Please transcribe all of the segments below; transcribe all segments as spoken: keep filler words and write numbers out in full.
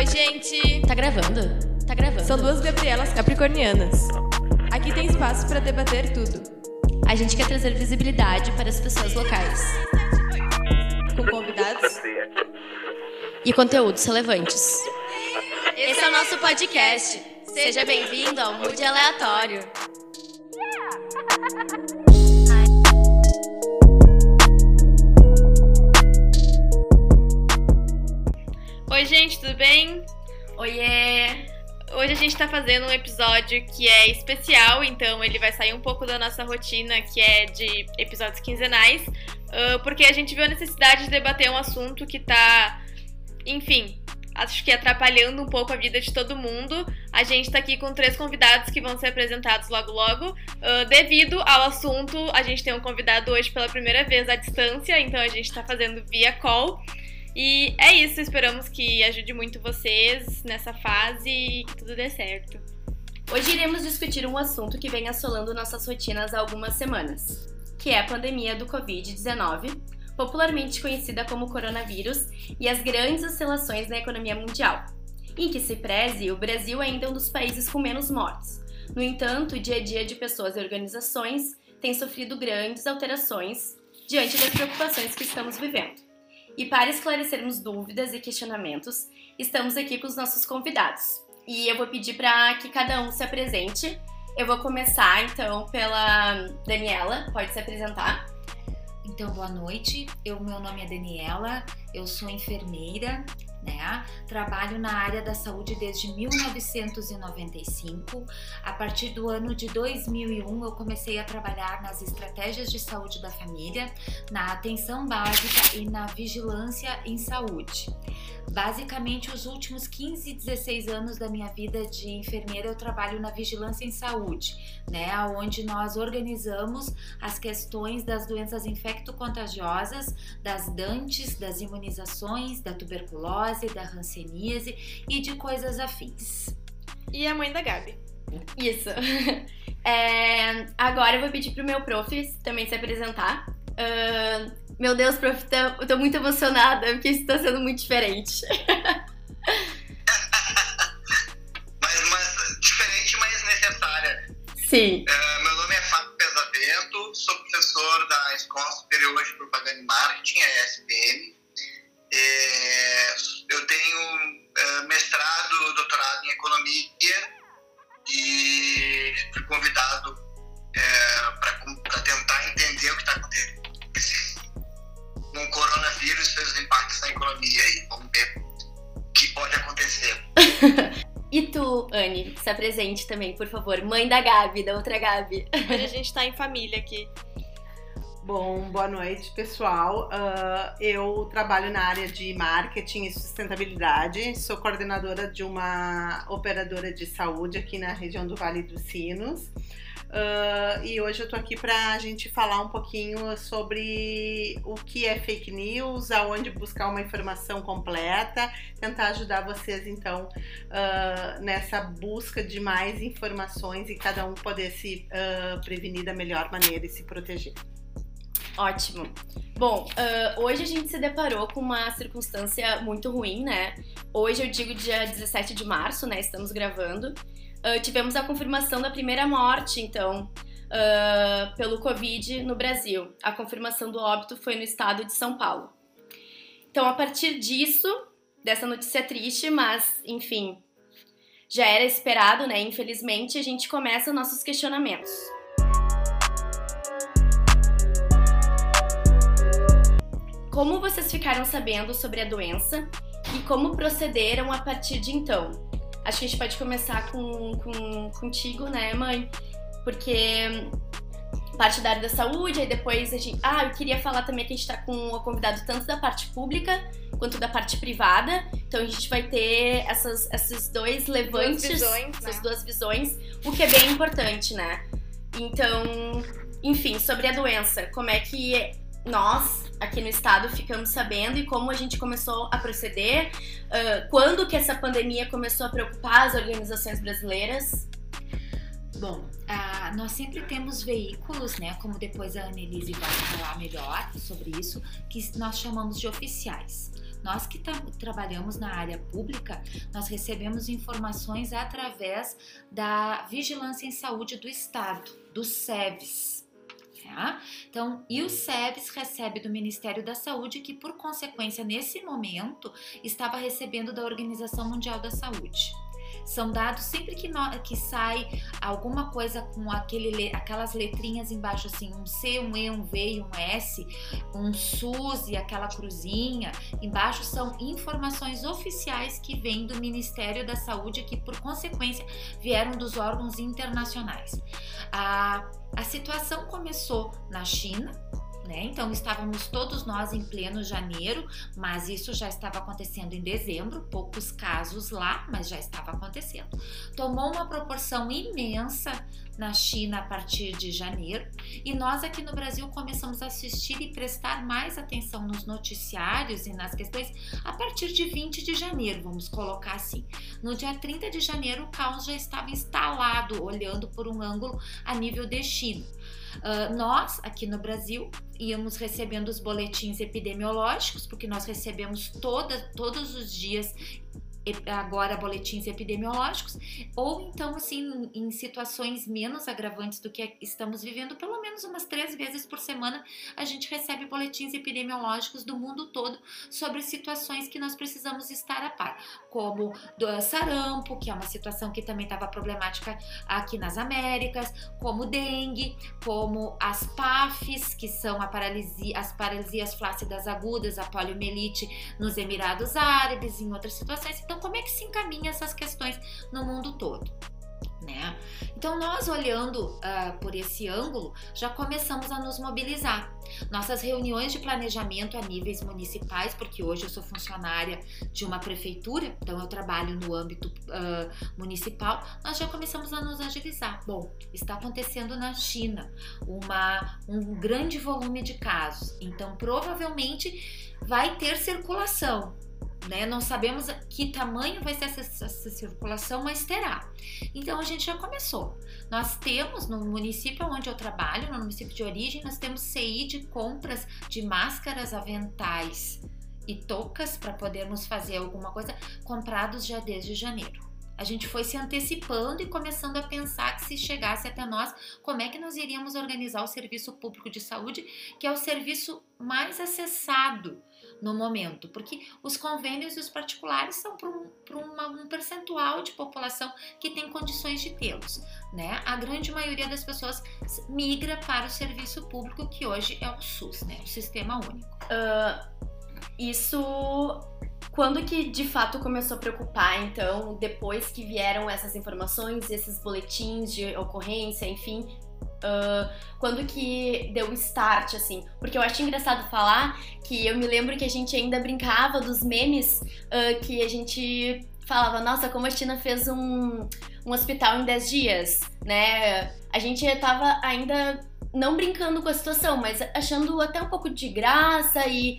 Oi, gente! Tá gravando? Tá gravando. São duas Gabrielas capricornianas. Aqui tem espaço para debater tudo. A gente quer trazer visibilidade para as pessoas locais. Com convidados e conteúdos relevantes. Esse é o nosso podcast. Seja bem-vindo ao Mood Aleatório. Oi, gente, tudo bem? Oiê! Hoje a gente tá fazendo um episódio que é especial, então ele vai sair um pouco da nossa rotina, que é de episódios quinzenais, porque a gente viu a necessidade de debater um assunto que tá, enfim, acho que atrapalhando um pouco a vida de todo mundo. A gente tá aqui com três convidados que vão ser apresentados logo logo. Devido ao assunto, a gente tem um convidado hoje pela primeira vez à distância, então a gente tá fazendo via call. E é isso, esperamos que ajude muito vocês nessa fase e que tudo dê certo. Hoje iremos discutir um assunto que vem assolando nossas rotinas há algumas semanas, que é a pandemia do covid dezenove, popularmente conhecida como coronavírus, e as grandes oscilações na economia mundial. Em que se preze, o Brasil ainda é um dos países com menos mortes. No entanto, o dia a dia de pessoas e organizações tem sofrido grandes alterações diante das preocupações que estamos vivendo. E para esclarecermos dúvidas e questionamentos, estamos aqui com os nossos convidados. E eu vou pedir para que cada um se apresente. Eu vou começar, então, pela Daniela. Pode se apresentar. Então, boa noite. Eu, meu nome é Daniela, eu sou enfermeira, né? Trabalho na área da saúde desde mil novecentos e noventa e cinco. A partir do ano de dois mil e um, eu comecei a trabalhar nas estratégias de saúde da família, na atenção básica e na vigilância em saúde. Basicamente, os últimos quinze, dezesseis anos da minha vida de enfermeira, eu trabalho na vigilância em saúde, né? Onde nós organizamos as questões das doenças infecto-contagiosas, das D A N T s, das imunizações, da tuberculose, da hanseníase e de coisas afins. E a mãe da Gabi. Isso. É, agora eu vou pedir pro meu prof também se apresentar. Uh, meu Deus, prof, eu tô muito emocionada porque isso tá sendo muito diferente. mas, mas diferente, mas necessária. Sim. Uh, meu nome é Fábio Pesavento, sou professor da Escola Superior de Propaganda e Marketing, a E S P M. É, eu tenho uh, mestrado, doutorado em Economia e fui convidado é, para tentar entender o que está acontecendo com o coronavírus e seus impactos na economia. E vamos ver o que pode acontecer. E tu, Anne, se apresente também, por favor. Mãe da Gabi, da outra Gabi. Hoje a gente tá em família aqui. Bom, boa noite, pessoal. Uh, eu trabalho na área de marketing e sustentabilidade. Sou coordenadora de uma operadora de saúde aqui na região do Vale dos Sinos. Uh, e hoje eu tô aqui pra gente falar um pouquinho sobre o que é fake news, aonde buscar uma informação completa, tentar ajudar vocês, então, uh, nessa busca de mais informações e cada um poder se uh, prevenir da melhor maneira e se proteger. Ótimo. Bom, uh, hoje a gente se deparou com uma circunstância muito ruim, né? Hoje eu digo dia dezessete de março, né? Estamos gravando. Uh, tivemos a confirmação da primeira morte, então, uh, pelo Covid no Brasil. A confirmação do óbito foi no estado de São Paulo. Então, a partir disso, dessa notícia triste, mas, enfim, já era esperado, né? Infelizmente, a gente começa os nossos questionamentos. Como vocês ficaram sabendo sobre a doença e como procederam a partir de então? Acho que a gente pode começar com, com, contigo, né, mãe? Porque parte da área da saúde, aí depois a gente... Ah, eu queria falar também que a gente tá com o convidado tanto da parte pública quanto da parte privada. Então a gente vai ter essas, esses dois levantes, duas visões, essas né? duas visões, o que é bem importante, né? Então, enfim, sobre a doença, como é que nós, aqui no estado, ficamos sabendo e como a gente começou a proceder, uh, quando que essa pandemia começou a preocupar as organizações brasileiras? Bom, ah, nós sempre temos veículos, né, como depois a Annelise vai falar melhor sobre isso, que nós chamamos de oficiais. Nós que tra trabalhamos na área pública, nós recebemos informações através da Vigilância em Saúde do Estado, do SEVES. Tá? Então, e o SEVES recebe do Ministério da Saúde, que por consequência, nesse momento, estava recebendo da Organização Mundial da Saúde. São dados sempre que, no, que sai alguma coisa com aquele, aquelas letrinhas embaixo, assim, um C, um E, um V e um S, um SUS e aquela cruzinha, embaixo são informações oficiais que vêm do Ministério da Saúde, que por consequência vieram dos órgãos internacionais. A, a situação começou na China, né? Então estávamos todos nós em pleno janeiro, mas isso já estava acontecendo em dezembro, poucos casos lá, mas já estava acontecendo. Tomou uma proporção imensa na China a partir de janeiro, e nós aqui no Brasil começamos a assistir e prestar mais atenção nos noticiários e nas questões a partir de vinte de janeiro, vamos colocar assim. No dia trinta de janeiro o caos já estava instalado, olhando por um ângulo a nível de China. Uh, nós, aqui no Brasil, íamos recebendo os boletins epidemiológicos, porque nós recebemos toda, todos os dias agora boletins epidemiológicos, ou então assim em situações menos agravantes do que estamos vivendo, pelo menos umas três vezes por semana a gente recebe boletins epidemiológicos do mundo todo sobre situações que nós precisamos estar a par, como do sarampo, que é uma situação que também estava problemática aqui nas Américas, como dengue, como as P A Fs, que são a paralisia, as paralisias flácidas agudas, a poliomielite nos Emirados Árabes, em outras situações. Então, como é que se encaminha essas questões no mundo todo, né? Então, nós olhando uh, por esse ângulo, já começamos a nos mobilizar. Nossas reuniões de planejamento a níveis municipais, porque hoje eu sou funcionária de uma prefeitura, então eu trabalho no âmbito uh, municipal, nós já começamos a nos agilizar. Bom, está acontecendo na China uma, um grande volume de casos, então provavelmente vai ter circulação. Né? Não sabemos que tamanho vai ser essa, essa circulação, mas terá. Então a gente já começou. Nós temos no município onde eu trabalho, no município de origem, nós temos C I de compras de máscaras, aventais e toucas para podermos fazer alguma coisa, comprados já desde janeiro. A gente foi se antecipando e começando a pensar que se chegasse até nós, como é que nós iríamos organizar o serviço público de saúde, que é o serviço mais acessado no momento, porque os convênios e os particulares são para um, um percentual de população que tem condições de tê-los, né? A grande maioria das pessoas migra para o serviço público, que hoje é o SUS, né? O Sistema Único. Uh, isso... Quando que de fato começou a preocupar, então, depois que vieram essas informações, esses boletins de ocorrência, enfim, uh, quando que deu o start, assim? Porque eu acho engraçado falar que eu me lembro que a gente ainda brincava dos memes uh, que a gente falava, nossa, como a China fez um, um hospital em dez dias, né? A gente tava ainda não brincando com a situação, mas achando até um pouco de graça e,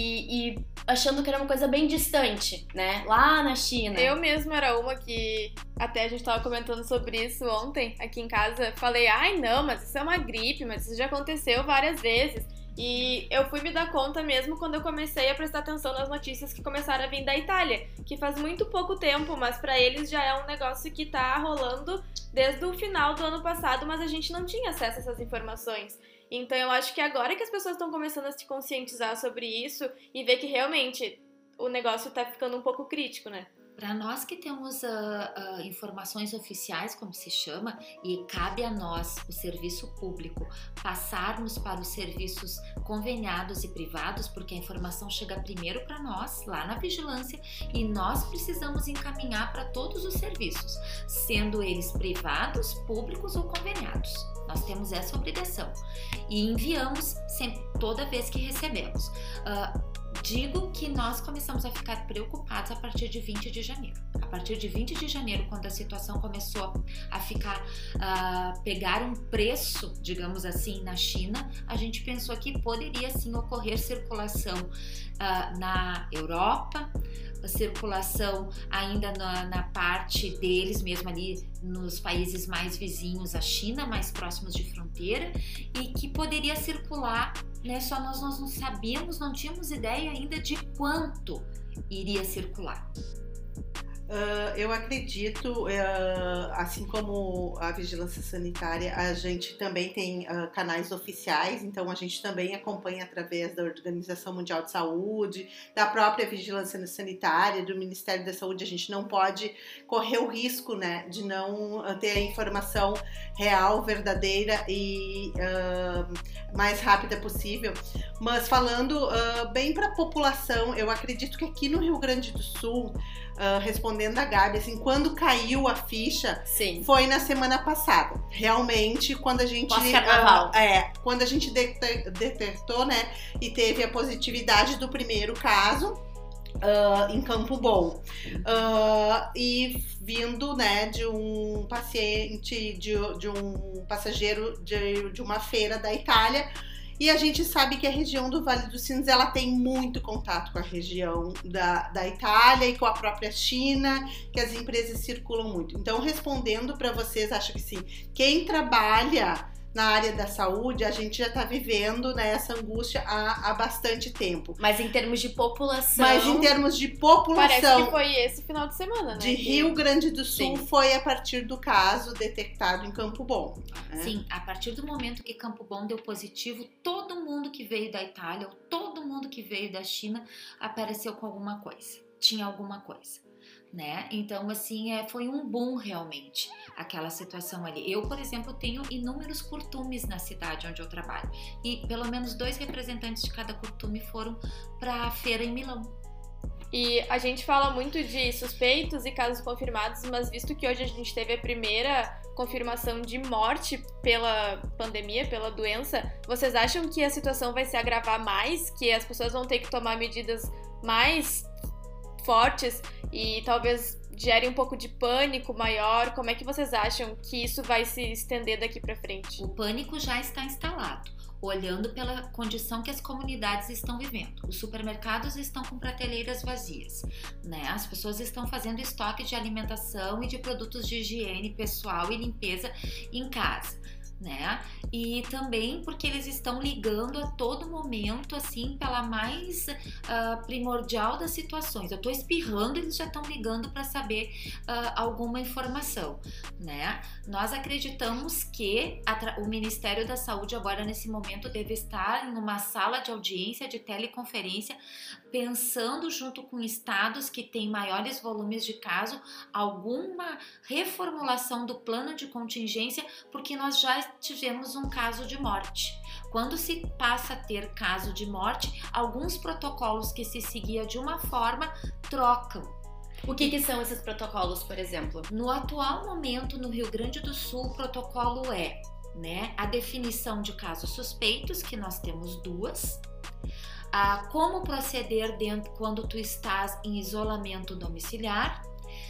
e, e achando que era uma coisa bem distante, né? Lá na China. Eu mesma era uma que, até a gente tava comentando sobre isso ontem, aqui em casa, falei, ai não, mas isso é uma gripe, mas isso já aconteceu várias vezes. E eu fui me dar conta mesmo quando eu comecei a prestar atenção nas notícias que começaram a vir da Itália, que faz muito pouco tempo, mas pra eles já é um negócio que tá rolando desde o final do ano passado, mas a gente não tinha acesso a essas informações. Então eu acho que agora que as pessoas estão começando a se conscientizar sobre isso e ver que realmente o negócio tá ficando um pouco crítico, né? Para nós que temos uh, uh, informações oficiais, como se chama, e cabe a nós, o serviço público, passarmos para os serviços conveniados e privados, porque a informação chega primeiro para nós, lá na vigilância, e nós precisamos encaminhar para todos os serviços, sendo eles privados, públicos ou conveniados. Nós temos essa obrigação e enviamos sempre, toda vez que recebemos. Uh, Digo que nós começamos a ficar preocupados a partir de vinte de janeiro. A A partir de vinte de janeiro, quando a situação começou a ficar, uh, pegar um preço, digamos assim, na China, a gente pensou que poderia sim ocorrer circulação uh, na Europa, circulação ainda na, na parte deles mesmo ali nos países mais vizinhos à China, mais próximos de fronteira, e que poderia circular, né? Só nós, nós não sabíamos, não tínhamos ideia ainda de quanto iria circular. Uh, eu acredito, uh, assim como a vigilância sanitária, a gente também tem uh, canais oficiais, então a gente também acompanha através da Organização Mundial de Saúde, da própria vigilância sanitária, do Ministério da Saúde. A gente não pode correr o risco, né, de não ter a informação real, verdadeira e uh, mais rápida possível. Mas falando uh, bem para a população, eu acredito que aqui no Rio Grande do Sul, Uh, respondendo a Gabi, assim, quando caiu a ficha, Sim. foi na semana passada. Realmente, quando a gente... Pós-carnaval. Uh, é, quando a gente de- detectou, né, e teve a positividade do primeiro caso uh, em Campo Bom. Uh, e vindo, né, de um paciente, de, de um passageiro de, de uma feira da Itália. E a gente sabe que a região do Vale dos Sinos, ela tem muito contato com a região da, da Itália e com a própria China, que as empresas circulam muito. Então, respondendo para vocês, acho que sim, quem trabalha na área da saúde, a gente já está vivendo, né, essa angústia há, há bastante tempo. Mas em termos de população... Mas em termos de população... Parece que foi esse final de semana, né? De Rio Grande do Sul, Sim. foi a partir do caso detectado em Campo Bom. Né? Sim, a partir do momento que Campo Bom deu positivo, todo mundo que veio da Itália, ou todo mundo que veio da China, apareceu com alguma coisa. Tinha alguma coisa. Né? Então, assim, é, foi um boom realmente, aquela situação ali. Eu, por exemplo, tenho inúmeros curtumes na cidade onde eu trabalho e pelo menos dois representantes de cada curtume foram para a feira em Milão. E a gente fala muito de suspeitos e casos confirmados, mas visto que hoje a gente teve a primeira confirmação de morte pela pandemia, pela doença, vocês acham que a situação vai se agravar mais, que as pessoas vão ter que tomar medidas mais fortes e talvez gere um pouco de pânico maior? Como é que vocês acham que isso vai se estender daqui para frente? O pânico já está instalado, olhando pela condição que as comunidades estão vivendo. Os supermercados estão com prateleiras vazias, né? As pessoas estão fazendo estoque de alimentação e de produtos de higiene pessoal e limpeza em casa, né? E também porque eles estão ligando a todo momento, assim, pela mais uh, primordial das situações. Eu tô espirrando, eles já estão ligando para saber uh, alguma informação, né? Nós acreditamos que a, o Ministério da Saúde agora, nesse momento, deve estar em uma sala de audiência, de teleconferência, pensando junto com estados que têm maiores volumes de caso, alguma reformulação do plano de contingência, porque nós já tivemos um caso de morte. Quando se passa a ter caso de morte, alguns protocolos que se seguia de uma forma trocam. O que, que são esses protocolos, por exemplo? No atual momento, no Rio Grande do Sul, o protocolo é, né, a definição de casos suspeitos, que nós temos duas, a como proceder dentro quando tu estás em isolamento domiciliar,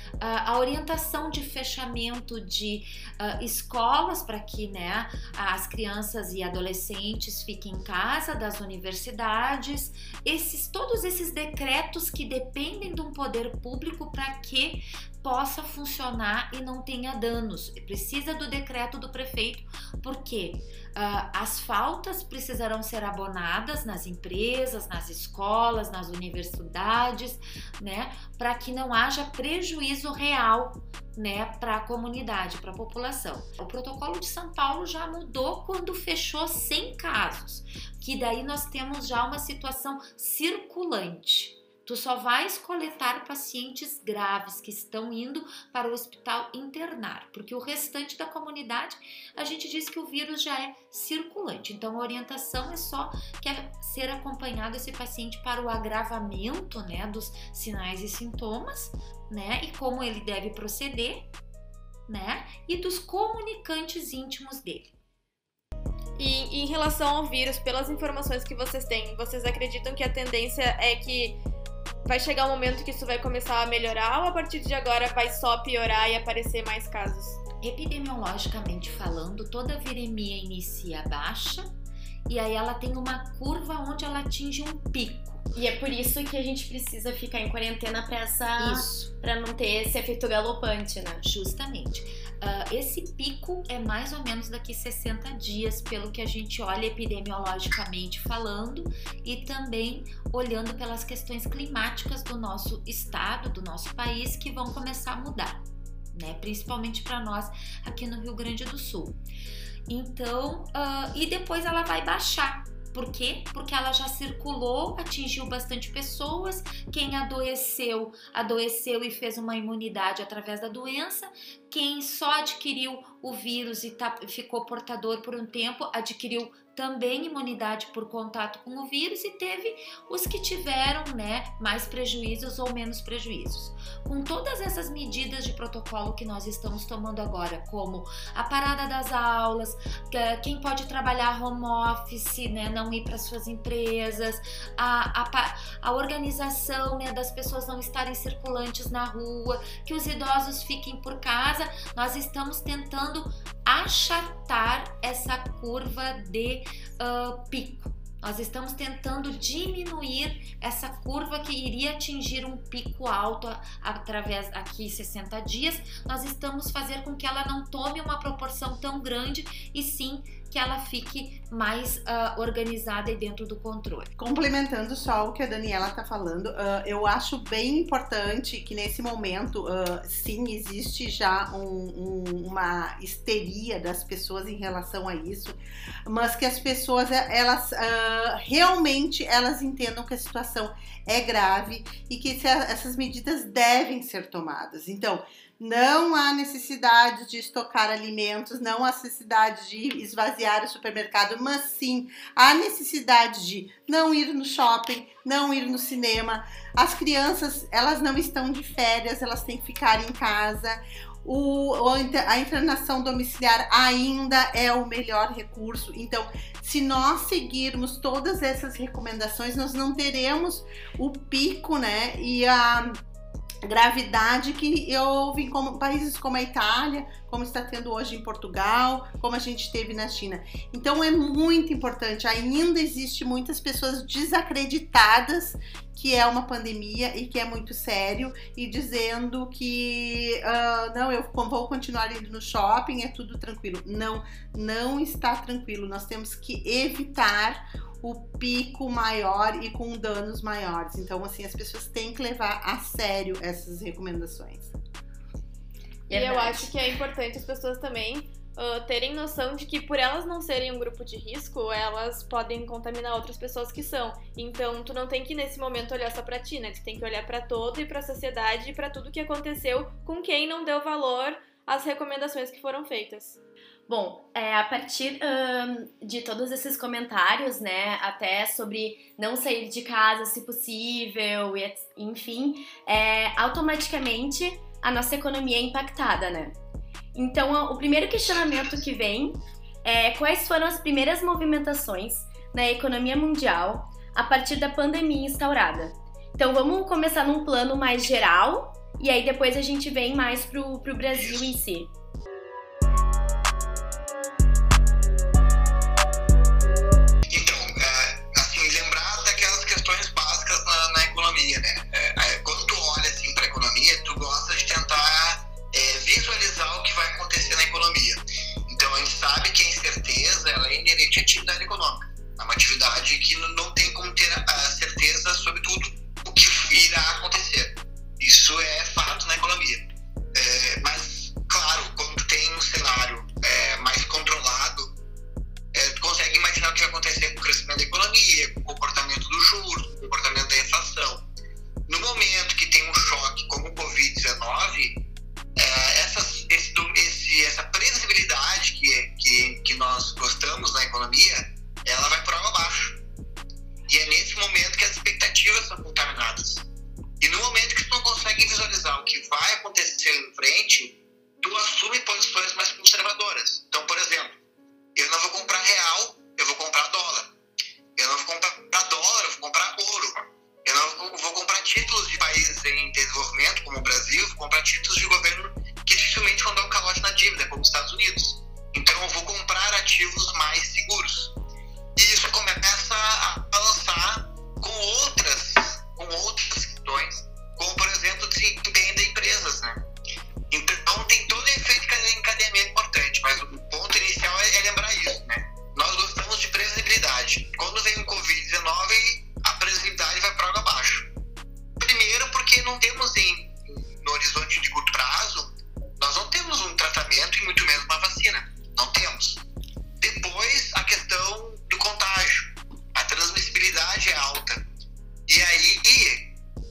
a orientação de fechamento de uh, escolas para que, né, as crianças e adolescentes fiquem em casa, das universidades, esses, todos esses decretos que dependem de um poder público para que possa funcionar e não tenha danos. Precisa do decreto do prefeito, porque uh, as faltas precisarão ser abonadas nas empresas, nas escolas, nas universidades, né, para que não haja prejuízo real, né, para a comunidade, para a população. O protocolo de São Paulo já mudou quando fechou cem casos, que daí nós temos já uma situação circulante. Tu só vais coletar pacientes graves que estão indo para o hospital internar, porque o restante da comunidade, a gente diz que o vírus já é circulante. Então, a orientação é só que é ser acompanhado esse paciente para o agravamento, né, dos sinais e sintomas, né, e como ele deve proceder, né, e dos comunicantes íntimos dele. E em relação ao vírus, pelas informações que vocês têm, vocês acreditam que a tendência é que vai chegar um momento que isso vai começar a melhorar ou a partir de agora vai só piorar e aparecer mais casos? Epidemiologicamente falando, toda viremia inicia baixa e aí ela tem uma curva onde ela atinge um pico. E é por isso que a gente precisa ficar em quarentena para essa, Isso. para não ter esse efeito galopante, né? Justamente. Uh, esse pico é mais ou menos daqui sessenta dias, pelo que a gente olha epidemiologicamente falando e também olhando pelas questões climáticas do nosso estado, do nosso país, que vão começar a mudar, né? Principalmente para nós aqui no Rio Grande do Sul. Então, uh, e depois ela vai baixar. Por quê? Porque ela já circulou, atingiu bastante pessoas, quem adoeceu, adoeceu e fez uma imunidade através da doença, quem só adquiriu o vírus e tá, ficou portador por um tempo, adquiriu também imunidade por contato com o vírus e teve os que tiveram, né, mais prejuízos ou menos prejuízos. Com todas essas medidas de protocolo que nós estamos tomando agora, como a parada das aulas, quem pode trabalhar home office, né, não ir para suas empresas, a, a, a organização, né, das pessoas não estarem circulantes na rua, que os idosos fiquem por casa, nós estamos tentando achatar essa curva de uh, pico. Nós estamos tentando diminuir essa curva que iria atingir um pico alto através aqui sessenta dias. Nós estamos fazendo com que ela não tome uma proporção tão grande e sim que ela fique mais uh, organizada e dentro do controle. Complementando só o que a Daniela está falando, uh, eu acho bem importante que nesse momento, uh, sim, existe já um, um, uma histeria das pessoas em relação a isso, mas que as pessoas, elas uh, realmente elas entendam que a situação é grave e que se, essas medidas devem ser tomadas. Então, não há necessidade de estocar alimentos, não há necessidade de esvaziar o supermercado, mas sim há necessidade de não ir no shopping, não ir no cinema. As crianças, elas não estão de férias, elas têm que ficar em casa. O, a internação domiciliar ainda é o melhor recurso. Então, se nós seguirmos todas essas recomendações, nós não teremos o pico, né, e a gravidade que houve em como, países como a Itália, como está tendo hoje em Portugal, como a gente teve na China. Então é muito importante, ainda existe muitas pessoas desacreditadas que é uma pandemia e que é muito sério e dizendo que uh, não, eu vou continuar indo no shopping, é tudo tranquilo. Não, não está tranquilo, nós temos que evitar o pico maior e com danos maiores. Então, assim, as pessoas têm que levar a sério essas recomendações. E eu acho que é importante as pessoas também uh, terem noção de que por elas não serem um grupo de risco, elas podem contaminar outras pessoas que são. Então, tu não tem que nesse momento olhar só pra ti, né? Tu tem que olhar pra todo e pra sociedade e pra tudo que aconteceu com quem não deu valor às recomendações que foram feitas. Bom, é, a partir um, de todos esses comentários, né, até sobre não sair de casa se possível, e, enfim, é, automaticamente a nossa economia é impactada, né? Então, o primeiro questionamento que vem é quais foram as primeiras movimentações na economia mundial a partir da pandemia instaurada. Então, vamos começar num plano mais geral e aí depois a gente vem mais pro, pro Brasil em si. Atividade econômica. É uma atividade que não tem como ter a certeza sobre tudo o que irá acontecer. Isso é fato na economia. É, mas, claro, quando tem um cenário é, mais controlado, é, tu consegue imaginar o que vai acontecer com o crescimento da economia, com o comportamento do juros, com o comportamento da inflação. No momento que tem um choque como o covid dezenove, é, essas, esse, esse, essa previsibilidade que, que, que nós gostamos na economia, ela vai por água abaixo. E é nesse momento que as expectativas são contaminadas. E no momento que tu não consegue visualizar o que vai acontecer em frente, tu assume posições mais conservadoras. Então, por exemplo, eu não vou comprar real, eu vou comprar dólar. Eu não vou comprar dólar, eu vou comprar ouro. Eu não vou comprar títulos Brasil, vou comprar títulos de governo que dificilmente vão dar um calote na dívida, como os Estados Unidos. Então eu vou comprar ativos mais seguros. E isso começa a balançar com outras, com outras questões, como por exemplo o desempenho das empresas, né? Então tem todo um efeito de encadeamento importante, mas o ponto inicial é, é lembrar isso, né? Nós gostamos de previsibilidade. Quando vem o covid dezenove, a previsibilidade vai para água abaixo. Primeiro porque não temos em, no horizonte de curto prazo, nós não temos um tratamento e muito menos uma vacina. Não temos. Depois, a questão do contágio. A transmissibilidade é alta. E aí,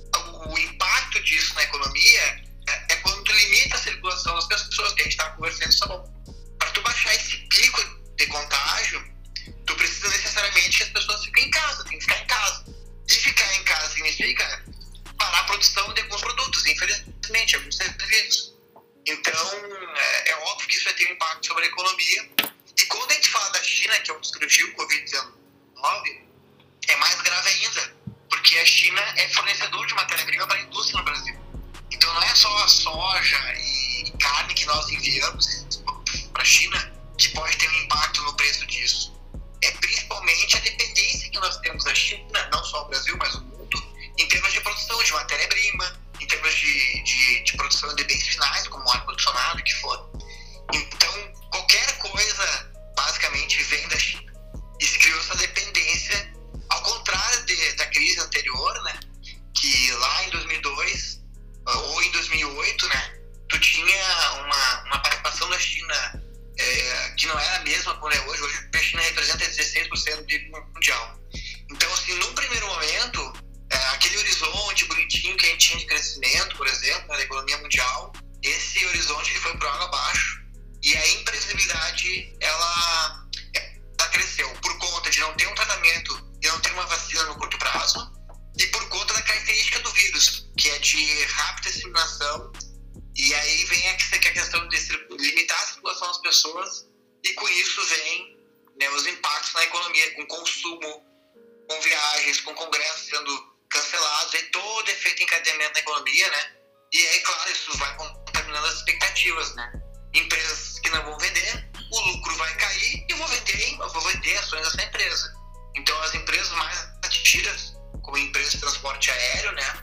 o impacto disso na economia é, é quando tu limita a circulação das pessoas, que a gente estava conversando sobre. Para tu baixar esse pico de contágio, tu precisa necessariamente que as pessoas fiquem em casa, tem que ficar em casa. E ficar em casa significa parar a produção de alguns produtos, infelizmente, alguns serviços. Então, é, é óbvio que isso vai ter um impacto sobre a economia. E quando a gente fala da China, que é onde surgiu o covid dezenove, é mais grave ainda, porque a China é fornecedor de matéria-prima para a indústria no Brasil. Então, não é só a soja e carne que nós enviamos para a China que pode ter um impacto no preço disso. É principalmente a dependência que nós temos da China, não só o Brasil, mas o mundo, em termos de produção de matéria-prima, em termos de, de, de produção de bens finais, como ar-condicionado, o que for. Então, qualquer coisa, basicamente, vem da China. E se criou essa dependência, ao contrário de, da crise anterior, né, que lá em dois mil e dois, ou em dois mil e oito, né, tu tinha uma, uma participação da China é, que não era a mesma como é hoje. Hoje a China representa dezesseis por cento do P I B mundial. Então, assim, num primeiro momento, é, aquele horizonte bonitinho que a gente tinha de crescimento, por exemplo, né, da economia mundial, esse horizonte ele foi para água abaixo, e a imprevisibilidade ela, ela cresceu por conta de não ter um tratamento e não ter uma vacina no curto prazo, e por conta da característica do vírus, que é de rápida disseminação. E aí vem a, a questão de limitar a circulação das pessoas, e com isso vem, né, os impactos na economia, com consumo, com viagens, com congressos sendo cancelados, e todo efeito encadeamento na economia, né? E aí, claro, isso vai contaminando as expectativas, né? Empresas que não vão vender, o lucro vai cair, e eu vou vender, eu vou vender ações dessa empresa. Então, as empresas mais atingidas, como empresas de transporte aéreo, né?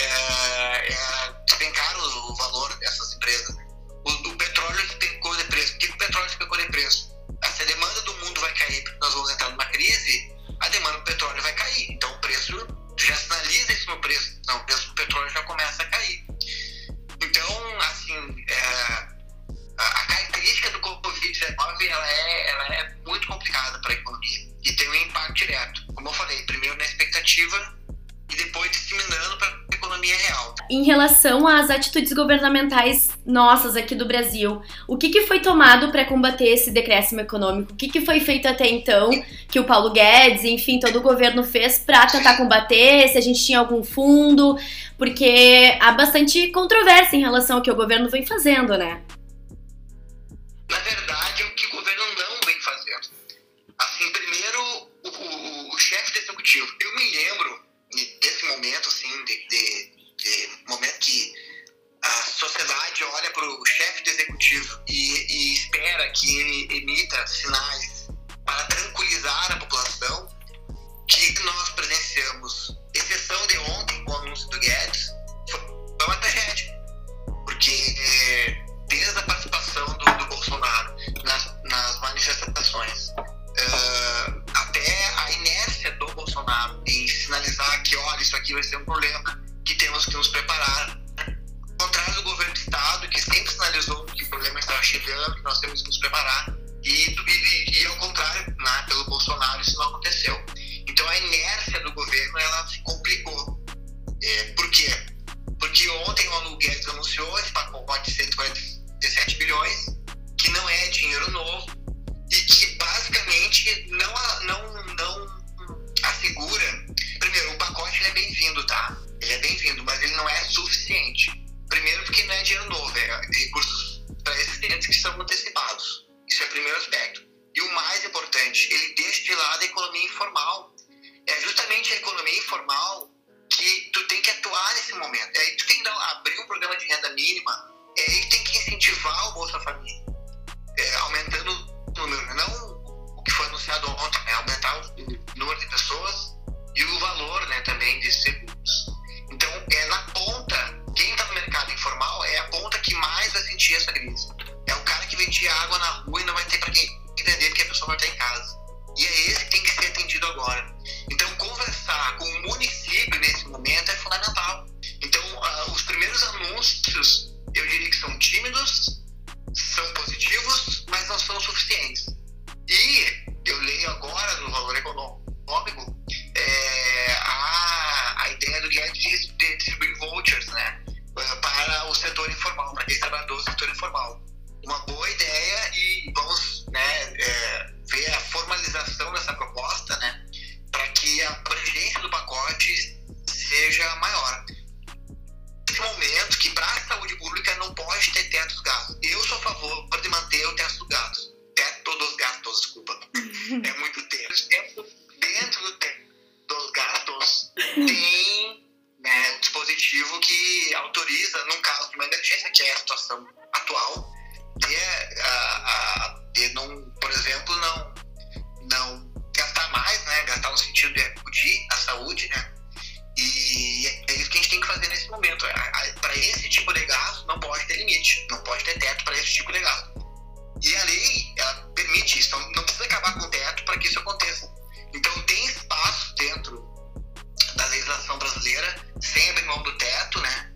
É, é, despencaram o valor dessas empresas. O, o petróleo despencou de preço. Por que o petróleo despencou de preço? Se a demanda do mundo vai cair, porque nós vamos entrar numa crise, a demanda do petróleo vai cair. Então, o preço já sinaliza isso no preço. Então, o preço do petróleo já começa a cair. Então, assim, é, a, a característica do covid dezenove ela é, ela é muito complicada para a economia e tem um impacto direto. Como eu falei, primeiro na expectativa e depois disseminando para a economia real. Em relação às atitudes governamentais nossas aqui do Brasil, o que, que foi tomado para combater esse decréscimo econômico? O que, que foi feito até então, que o Paulo Guedes, enfim, todo o governo fez para tentar combater? Se a gente tinha algum fundo? Porque há bastante controvérsia em relação ao que o governo vem fazendo, né? Na verdade, é o que o governo não vem fazendo. Assim, primeiro, o, o, o chefe do executivo. Eu me lembro desse momento, assim, de, de, de momento que a sociedade olha para o chefe do executivo e, e espera que ele emita sinais para tranquilizar a população, que nós presenciamos, exceção de ontem com o anúncio do Guedes, foi uma tragédia. Porque é, desde a participação do, do Bolsonaro nas, nas manifestações, uh, até a inércia do Bolsonaro em sinalizar que, olha, isso aqui vai ser um problema, que temos que nos preparar. Ao contrário do governo do Estado, que sempre sinalizou que o problema estava chegando, que nós temos que nos preparar, e, e, e ao contrário, né, pelo Bolsonaro, isso não aconteceu. Então a inércia do governo, ela se complicou. É, por quê? Porque ontem o Guedes anunciou esse pacote de cento e quarenta e sete bilhões, que não é dinheiro novo, e que basicamente não, não, não assegura. Primeiro, o pacote é bem-vindo, tá? Ele é bem-vindo, mas ele não é suficiente. Primeiro, porque não é dinheiro novo, é recursos pré-existentes que são antecipados. Isso é o primeiro aspecto. E o mais importante, ele deixa de lado a economia informal. É justamente a economia informal que tu tem que atuar nesse momento. Aí tu tem que dar, abrir um programa de mínima, é, ele tem que incentivar o Bolsa Família, é, aumentando o número, não o que foi anunciado ontem, né, aumentar o número de pessoas e o valor, né, também desses recursos. Então, é na ponta, quem está no mercado informal é a ponta que mais vai sentir essa crise. É o cara que vendia água na rua e não vai ter para quem entender porque a pessoa vai estar em casa. E é esse que tem que ser atendido agora. Então, conversar com o município nesse momento é fundamental. Então, uh, os primeiros anúncios, eu diria que são tímidos, são positivos, mas não são suficientes. E eu leio agora no Valor Econômico é, a, a ideia do Guedes de, de distribuir vouchers, né, para o setor informal, para quem trabalhador do setor informal. Uma boa ideia e vamos, né, é, ver a formalização dessa proposta, né, para que a abrangência do pacote seja maior. Nesse momento que para a saúde pública não pode ter teto dos gastos. Eu sou a favor de manter o teto dos gastos. Teto dos gastos, desculpa. É muito teto. Dentro, dentro do teto dos gastos tem, né, um dispositivo que autoriza, num caso de uma emergência, que é a situação atual, de, a, a, de não, por exemplo, não, não gastar mais, né, gastar no sentido de acudir à saúde, né, e é isso que a gente tem que fazer nesse momento. Para esse tipo de gasto não pode ter limite, não pode ter teto para esse tipo de gasto. E a lei, ela permite isso, então não precisa acabar com o teto para que isso aconteça. Então tem espaço dentro da legislação brasileira, sem abrir mão do teto, né,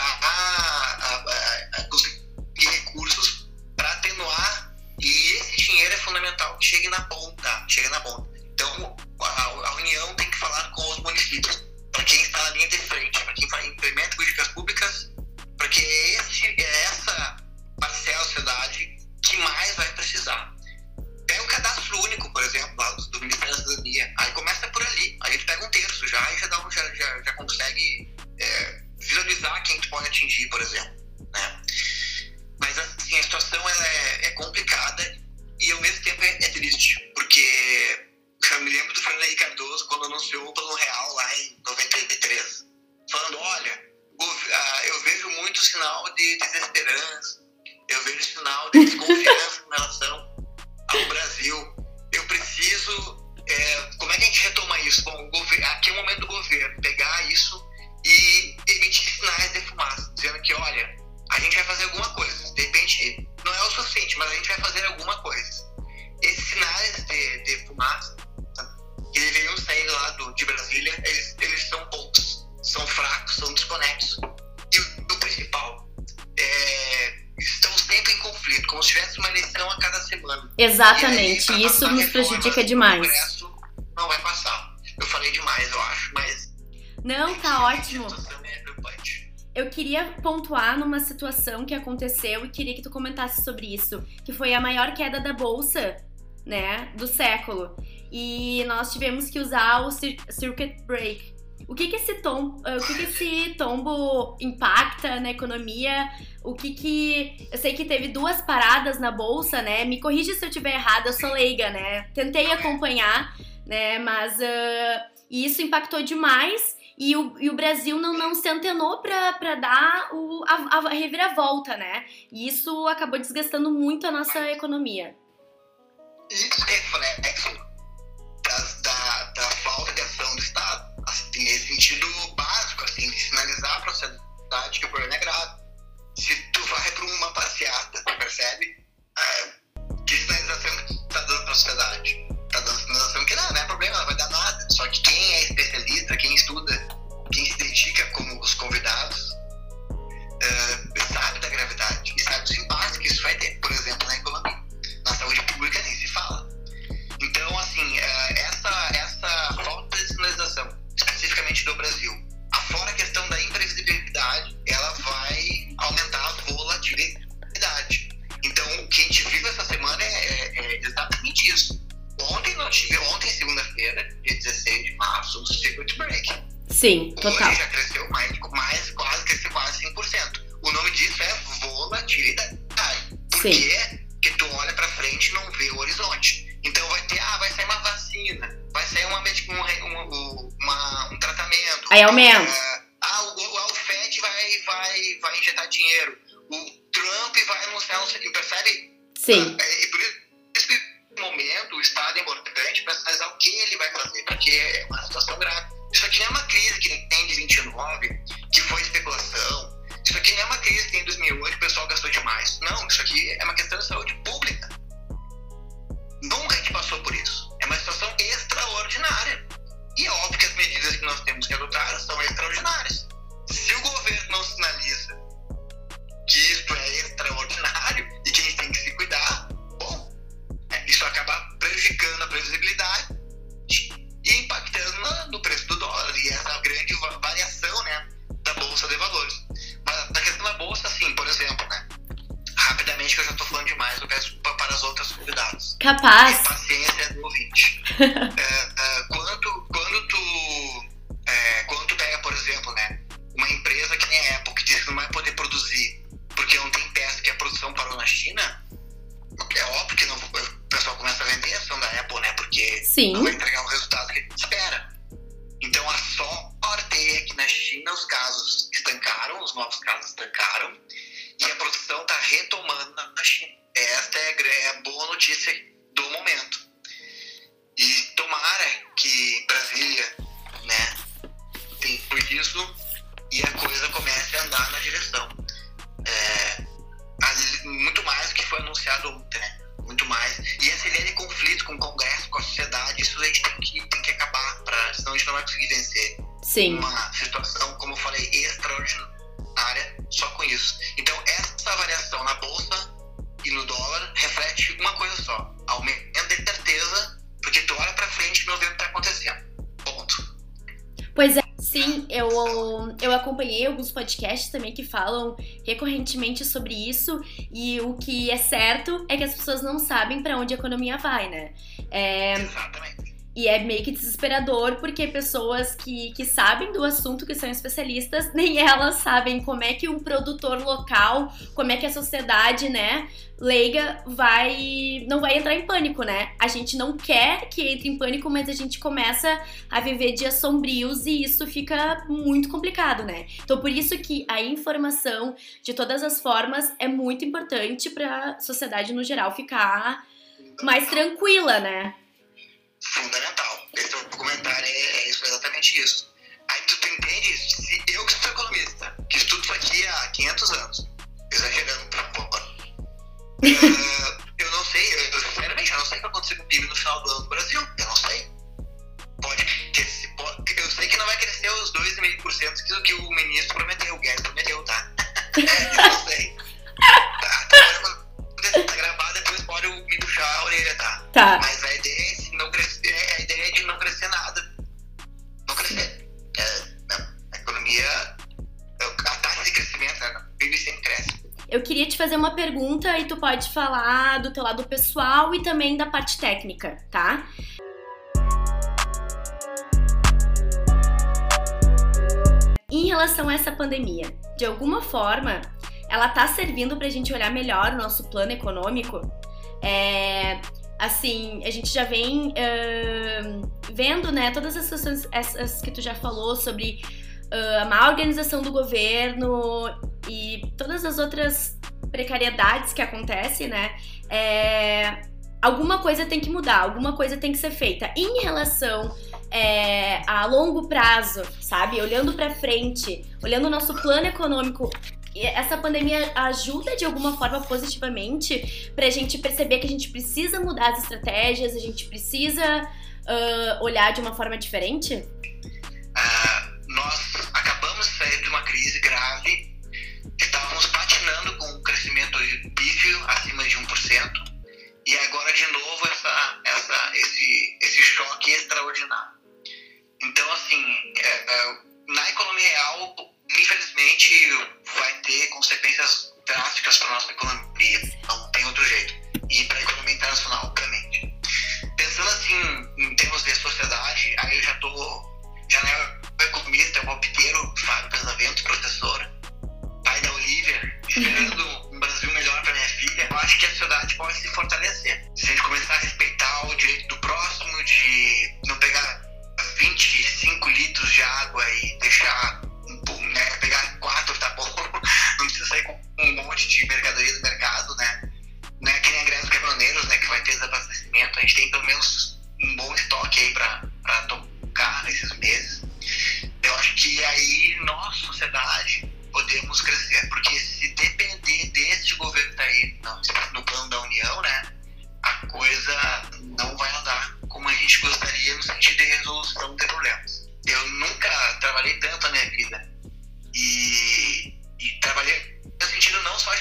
para conseguir recursos para atenuar, e esse dinheiro é fundamental que chegue na ponta, chegue na ponta. Então a, a União tem que falar com os municípios, para quem está na linha de frente, para quem implementa políticas públicas, porque esse, é essa parcela da sociedade que mais vai precisar. Pega o cadastro único, por exemplo, lá do, do Ministério da Cidadania, aí começa por ali, aí tu pega um terço já e já, dá um, já, já, já consegue é, visualizar quem tu pode atingir, por exemplo, né? Mas assim, a situação ela é, é complicada e ao mesmo tempo é, é triste, porque eu me lembro do Fernando Henrique Cardoso quando anunciou o Plano Real lá em noventa e três, falando, olha, eu vejo muito sinal de desesperança, eu vejo sinal de desconfiança em relação ao Brasil. Eu preciso... É, como é que a gente retoma isso? Bom, o governo, aqui é o momento do governo pegar isso e emitir sinais de fumaça, dizendo que, olha, a gente vai fazer alguma coisa. De repente, não é o suficiente, mas a gente vai fazer alguma coisa. Esses sinais de, de fumaça que deveriam sair lá do, de Brasília, eles, eles são poucos, são fracos, são desconexos. E o, o principal, é, estão sempre em conflito, como se tivesse uma eleição a cada semana. Exatamente, e aí, isso nos prejudica demais. O Congresso não vai passar. Eu falei demais, eu acho, mas... Não, tá ótimo. A situação é preocupante. Eu queria pontuar numa situação que aconteceu e queria que tu comentasse sobre isso, que foi a maior queda da bolsa, né, do século. E nós tivemos que usar o circuit break. O que que esse tom, o que que esse tombo impacta na economia? O que que... Eu sei que teve duas paradas na bolsa, né? Me corrija se eu estiver errada, eu sou leiga, né? Tentei acompanhar, né? Mas uh, isso impactou demais e o, e o Brasil não, não se antenou para dar o, a, a reviravolta, né? E isso acabou desgastando muito a nossa economia. Isso é reflexo da, da, da falta de ação do Estado. Assim, nesse sentido básico, assim, de sinalizar para a sociedade que o problema é grave. Se tu vai para uma passeata, tu percebe é, que sinalização que tu tá dando para a sociedade? Tá dando sinalização que não, não é problema, não vai dar nada. Só que quem é especialista, quem estuda, quem se dedica como os convidados, é, sabe da gravidade e sabe dos impactos que isso vai ter, por exemplo, na economia. Na saúde pública nem se fala. Então, assim, é, essa, essa falta de sinalização, especificamente do Brasil, afora a questão da imprevisibilidade, ela vai aumentar a volatilidade. Então, o que a gente viu essa semana é, é, é exatamente isso. Ontem nós tivemos, ontem, segunda-feira, dia dezesseis de março, o circuit break. Sim, total. Hoje já cresceu mais, mais quase, cresceu quase cinco por cento. O nome disso é volatilidade. Por Sim. quê? Porque tu olha pra frente e não vê o horizonte. Então vai ter, ah, vai sair uma vacina, vai sair uma, uma, uma, uma, um tratamento. Aí aumenta. Uh, ah, o, o Fed vai, vai, vai injetar gastar dinheiro. O Trump vai anunciar, não sei, percebe? Sim. E por isso que no momento o Estado é importante para sinalizar o que ele vai fazer, porque é uma situação grave. Isso aqui não é uma crise que tem de vinte e nove, que foi especulação. Isso aqui não é uma crise que tem em dois mil e oito, que o pessoal gastou demais. Não, isso aqui é uma questão de saúde pública. Nunca a gente passou por isso. É uma situação extraordinária. E é óbvio que as medidas que nós temos que adotar são extraordinárias. Se o governo não sinaliza que isso é extraordinário e que a gente tem que se cuidar, bom, isso acaba prejudicando a previsibilidade e impactando no, no preço do dólar. E essa grande variação, né, da Bolsa de Valores. Mas na questão da Bolsa, assim, por exemplo, né, rapidamente, que eu já estou falando demais, eu peço desculpa para as outras convidadas. Capaz. É paciência do ouvinte. é, é, quando, quando, tu, é, quando tu pega, por exemplo, né, uma empresa que nem a Apple, que diz que não vai poder produzir porque não tem peça, que a produção parou na China, é óbvio que não, o pessoal começa a vender a ação da Apple, né, porque Sim. não vai entregar o resultado que a gente espera. Então a sorte é que na China os casos estancaram, os novos casos estancaram, e a produção está retomando na China. Esta é a, é a boa notícia do momento. E tomara que Brasília, né, tem tudo isso e a coisa comece a andar na direção. É, muito mais do que foi anunciado ontem, né? Muito mais. E essa ideia de conflito com o Congresso, com a sociedade, isso a gente tem que, tem que acabar, pra, senão a gente não vai conseguir vencer. Sim. Uma situação, como eu falei, extraordinária só com isso. Então, essa variação na Bolsa e no dólar reflete uma coisa só: aumento de certeza, porque tu olha pra frente e não vê o que tá acontecendo. Ponto. Pois é, sim, eu, eu acompanhei alguns podcasts também que falam recorrentemente sobre isso, e o que é certo é que as pessoas não sabem pra onde a economia vai, né? É, Exatamente. e é meio que desesperador, porque pessoas que, que sabem do assunto, que são especialistas, nem elas sabem como é que um produtor local, como é que a sociedade, né, leiga, vai, não vai entrar em pânico, né? A gente não quer que entre em pânico, mas a gente começa a viver dias sombrios e isso fica muito complicado, né? Então, por isso que a informação, de todas as formas, é muito importante para a sociedade, no geral, ficar mais tranquila, né? Fundamental. Esse é o comentário, é, é isso, exatamente isso. Aí tu, tu entende, se eu que sou economista, que estudo isso aqui há quinhentos anos, exagerando pra fora, uh, eu não sei, eu, eu, sinceramente, eu não sei o que vai acontecer com o P I B no final do ano no Brasil, eu não sei. Pode crescer, pode, eu sei que não vai crescer os dois vírgula cinco por cento que, que o ministro prometeu, o Guedes prometeu, tá? Eu não sei. Tá, tá, tá gravado, depois pode me puxar a orelha, tá? Tá. Mas a ideia é não crescer, a ideia é de não crescer nada. Não crescer. É, não, a economia, a taxa de crescimento, né, o P I B sempre cresce. Eu queria te fazer uma pergunta e tu pode falar do teu lado pessoal e também da parte técnica, tá? Em relação a essa pandemia, de alguma forma, ela tá servindo pra gente olhar melhor o nosso plano econômico? É... Assim, a gente já vem uh, vendo, né, todas as questões essas que tu já falou sobre uh, a má organização do governo e todas as outras precariedades que acontecem, né? É, alguma coisa tem que mudar, alguma coisa tem que ser feita. Em relação é, a longo prazo, sabe? Olhando pra frente, olhando o nosso plano econômico, essa pandemia ajuda de alguma forma positivamente pra gente perceber que a gente precisa mudar as estratégias, a gente precisa uh, olhar de uma forma diferente? Uh, nós acabamos de sair de uma crise grave, estávamos patinando com um crescimento pífio acima de um por cento, e agora de novo essa, essa, esse, esse choque extraordinário. Então, assim, é, é, na economia real, infelizmente, vai ter consequências drásticas para a nossa economia. Não tem outro jeito. E para a economia internacional, obviamente. Pensando assim, em termos de sociedade, aí eu já tô, já não é economista, é um palpiteiro, Fábio Casavento, professor, pai da Olivia, esperando um Brasil melhor para minha filha. Eu acho que a sociedade pode se fortalecer. Se a gente começar a respeitar o direito do próximo, de não pegar vinte e cinco litros de água e deixar, né, pegar quatro, tá bom? Não precisa sair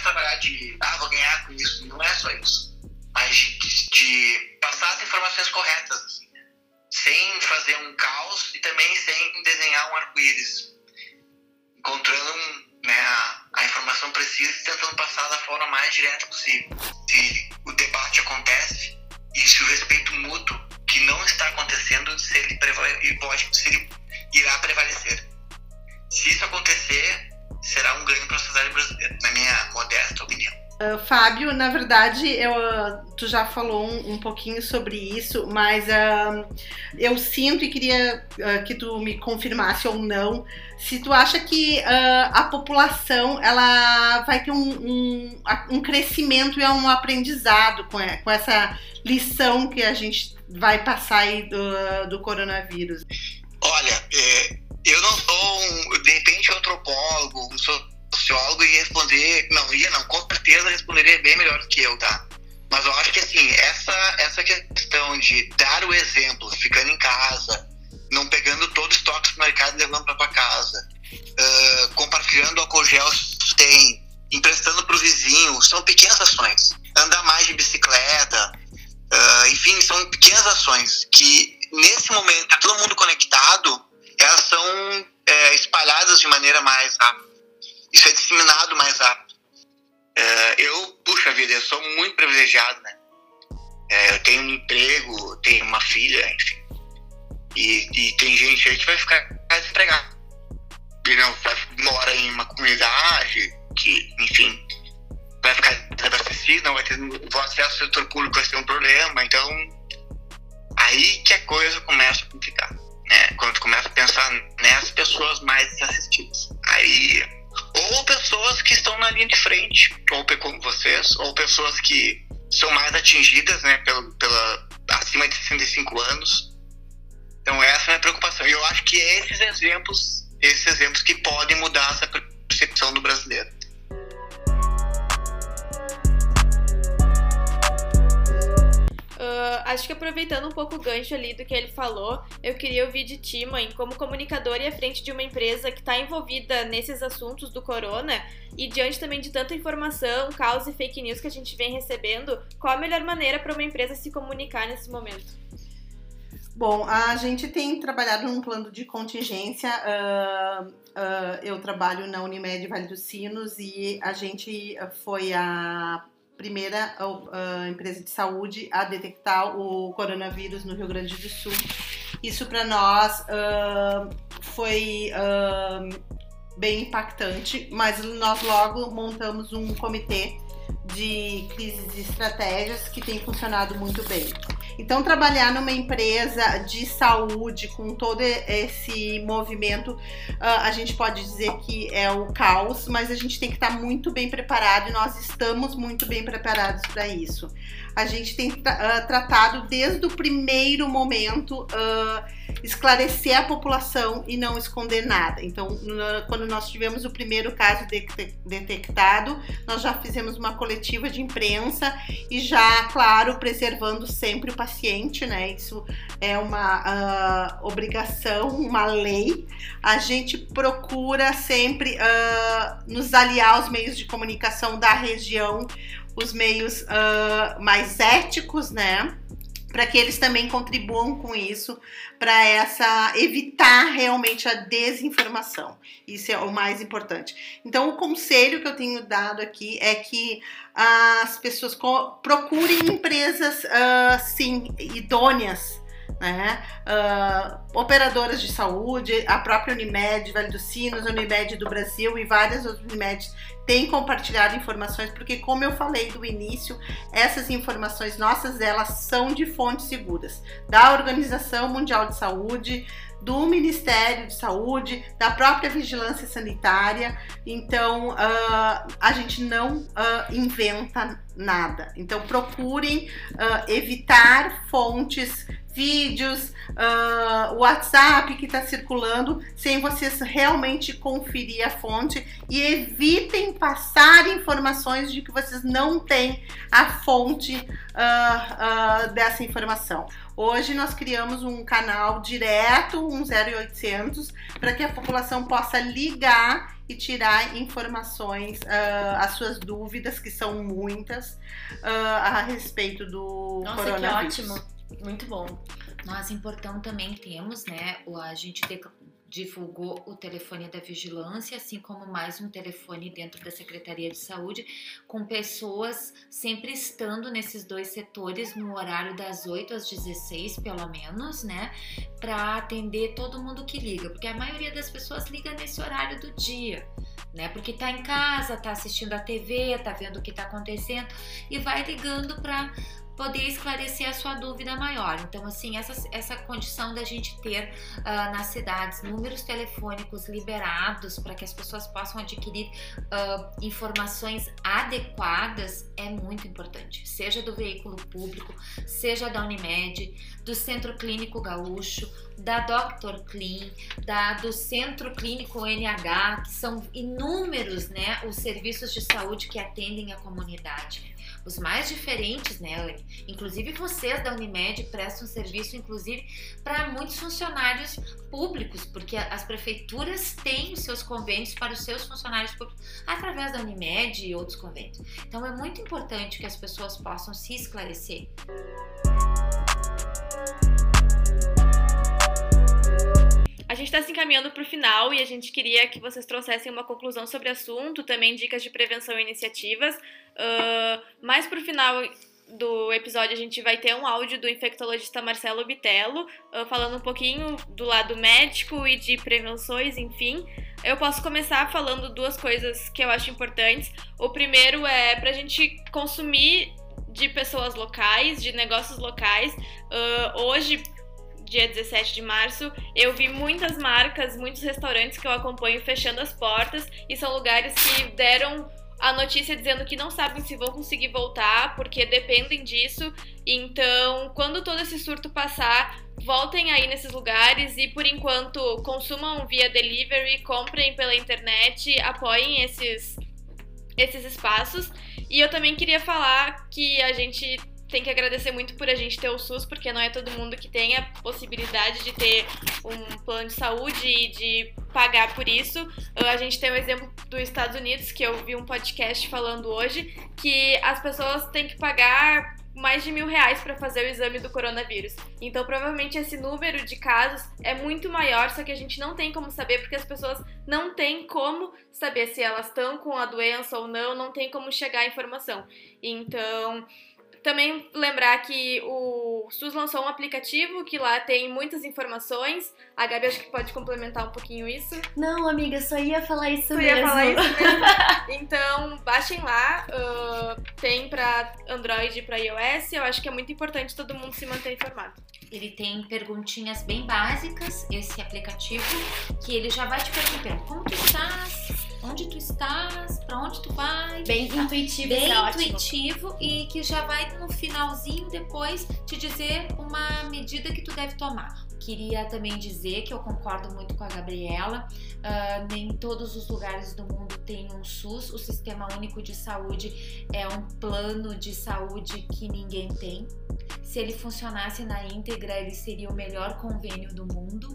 trabalhar de, ah, vou ganhar com isso. Não é só isso. Mas de, de passar as informações corretas, assim, né? Sem fazer um caos e também sem desenhar um arco-íris. Encontrando um, né, a, a informação precisa e tentando passar da forma mais direta possível. Se o debate acontece e se o respeito mútuo que não está acontecendo, se ele, prevale, pode, se ele irá prevalecer. Se isso acontecer, será um ganho para a sociedade brasileira, na minha modesta opinião. Uh, Fábio, na verdade, eu, uh, tu já falou um, um pouquinho sobre isso, mas uh, eu sinto e queria uh, que tu me confirmasse ou não, se tu acha que uh, a população ela vai ter um, um, um crescimento e um aprendizado com, com essa lição que a gente vai passar aí do, do coronavírus. Olha, é, eu não sou, um, de repente, um antropólogo, um sociólogo e responder, não, ia não, com certeza responderia bem melhor do que eu, tá? Mas eu acho que, assim, essa, essa questão de dar o exemplo, ficando em casa, não pegando todo o estoque do mercado e levando para tua casa, uh, compartilhando álcool gel se tem, emprestando pro vizinho, são pequenas ações. Andar mais de bicicleta, uh, enfim, são pequenas ações que, nesse momento, tá todo mundo conectado, elas são é, espalhadas de maneira mais rápida. Isso é disseminado mais rápido. É, eu, puxa vida, eu sou muito privilegiado, né? É, eu tenho um emprego, tenho uma filha, enfim. E, e tem gente aí que vai ficar desempregada. E não vai, mora em uma comunidade que, enfim, vai ficar desabastecida, não vai ter o acesso ao setor público, vai ser um problema. Então, aí que a coisa começa a complicar, né? Quando tu começa a pensar nessas pessoas mais desassistidas. Aí... ou pessoas que estão na linha de frente, ou como vocês, ou pessoas que são mais atingidas, né, pela, pela, acima de sessenta e cinco anos. Então essa é a minha preocupação. E eu acho que é esses exemplos, esses exemplos que podem mudar essa percepção do brasileiro. Uh, acho que aproveitando um pouco o gancho ali do que ele falou, eu queria ouvir de ti, mãe, como comunicadora e à frente de uma empresa que está envolvida nesses assuntos do corona e diante também de tanta informação, caos e fake news que a gente vem recebendo, qual a melhor maneira para uma empresa se comunicar nesse momento? Bom, a gente tem trabalhado num plano de contingência. Uh, uh, eu trabalho na Unimed Vale dos Sinos e a gente foi a primeira uh, empresa de saúde a detectar o coronavírus no Rio Grande do Sul. Isso para nós uh, foi uh, bem impactante, mas nós logo montamos um comitê de crises e estratégias que tem funcionado muito bem. Então, trabalhar numa empresa de saúde com todo esse movimento, a gente pode dizer que é o caos, mas a gente tem que estar muito bem preparado e nós estamos muito bem preparados para isso. A gente tem uh, tratado desde o primeiro momento uh, esclarecer a população e não esconder nada. Então, no, quando nós tivemos o primeiro caso de, de, detectado, nós já fizemos uma coletiva de imprensa e já, claro, preservando sempre o paciente, né? Isso é uma uh, obrigação, uma lei. A gente procura sempre uh, nos aliar aos meios de comunicação da região, os meios uh, mais éticos, né? Para que eles também contribuam com isso, para essa evitar realmente a desinformação. Isso é o mais importante. Então, o conselho que eu tenho dado aqui é que as pessoas procurem empresas, uh, sim, idôneas, né? Uh, operadoras de saúde, a própria Unimed, Vale dos Sinos, a Unimed do Brasil e várias outras Unimedes têm compartilhado informações, porque, como eu falei do início, essas informações nossas, elas são de fontes seguras, da Organização Mundial de Saúde, do Ministério de Saúde, da própria Vigilância Sanitária. Então, uh, a gente não uh, inventa nada. Então, procurem uh, evitar fontes, vídeos, uh, WhatsApp que está circulando, sem vocês realmente conferir a fonte, e evitem passar informações de que vocês não têm a fonte uh, uh, dessa informação. Hoje nós criamos um canal direto, um zero oitocentos, para que a população possa ligar e tirar informações, uh, as suas dúvidas, que são muitas, uh, a respeito do Nossa, coronavírus. que ótimo. Muito bom. Nós em Portão também temos, né, a gente divulgou o telefone da vigilância, assim como mais um telefone dentro da Secretaria de Saúde, com pessoas sempre estando nesses dois setores no horário das oito às dezesseis, pelo menos, né, para atender todo mundo que liga, porque a maioria das pessoas liga nesse horário do dia, né, porque tá em casa, tá assistindo a T V, tá vendo o que tá acontecendo e vai ligando para poder esclarecer a sua dúvida maior. Então, assim, essa, essa condição da gente ter uh, nas cidades números telefônicos liberados para que as pessoas possam adquirir uh, informações adequadas é muito importante, seja do veículo público, seja da Unimed, do Centro Clínico Gaúcho, da doutor Clean, da, do Centro Clínico N H, que são inúmeros, né, os serviços de saúde que atendem a comunidade. Os mais diferentes, né, Anne? Inclusive vocês da Unimed prestam serviço, inclusive, para muitos funcionários públicos, porque as prefeituras têm os seus convênios para os seus funcionários públicos através da Unimed e outros convênios. Então é muito importante que as pessoas possam se esclarecer. A gente está se encaminhando para o final e a gente queria que vocês trouxessem uma conclusão sobre o assunto, também dicas de prevenção e iniciativas. Uh, mais para o final do episódio a gente vai ter um áudio do infectologista Marcelo Bitello, uh, falando um pouquinho do lado médico e de prevenções, enfim. Eu posso começar falando duas coisas que eu acho importantes. O primeiro é para a gente consumir de pessoas locais, de negócios locais. Uh, hoje, dia dezessete de março, eu vi muitas marcas, muitos restaurantes que eu acompanho fechando as portas, e são lugares que deram a notícia dizendo que não sabem se vão conseguir voltar, porque dependem disso. Então, quando todo esse surto passar, voltem aí nesses lugares e, por enquanto, consumam via delivery, comprem pela internet, apoiem esses, esses espaços. E eu também queria falar que a gente tem que agradecer muito por a gente ter o SUS, porque não é todo mundo que tem a possibilidade de ter um plano de saúde e de pagar por isso. A gente tem o exemplo dos Estados Unidos, que eu vi um podcast falando hoje, que as pessoas têm que pagar mais de mil reais para fazer o exame do coronavírus. Então, provavelmente, esse número de casos é muito maior, só que a gente não tem como saber, porque as pessoas não têm como saber se elas estão com a doença ou não, não tem como chegar a informação. Então, também lembrar que o SUS lançou um aplicativo que lá tem muitas informações. A Gabi acho que pode complementar um pouquinho isso. Não, amiga, só ia falar isso tu mesmo. Ia falar isso mesmo. Então, baixem lá. Uh, tem pra Android e pra iOS. Eu acho que é muito importante todo mundo se manter informado. Ele tem perguntinhas bem básicas, esse aplicativo, que ele já vai te perguntando como tu estás, onde tu estás, pra onde tu vai. Bem intuitivo, Bem é ótimo. intuitivo, e que já vai no finalzinho depois te dizer uma medida que tu deve tomar. Queria também dizer que eu concordo muito com a Gabriela, uh, nem todos os lugares do mundo tem um SUS, o Sistema Único de Saúde é um plano de saúde que ninguém tem. Se ele funcionasse na íntegra, ele seria o melhor convênio do mundo,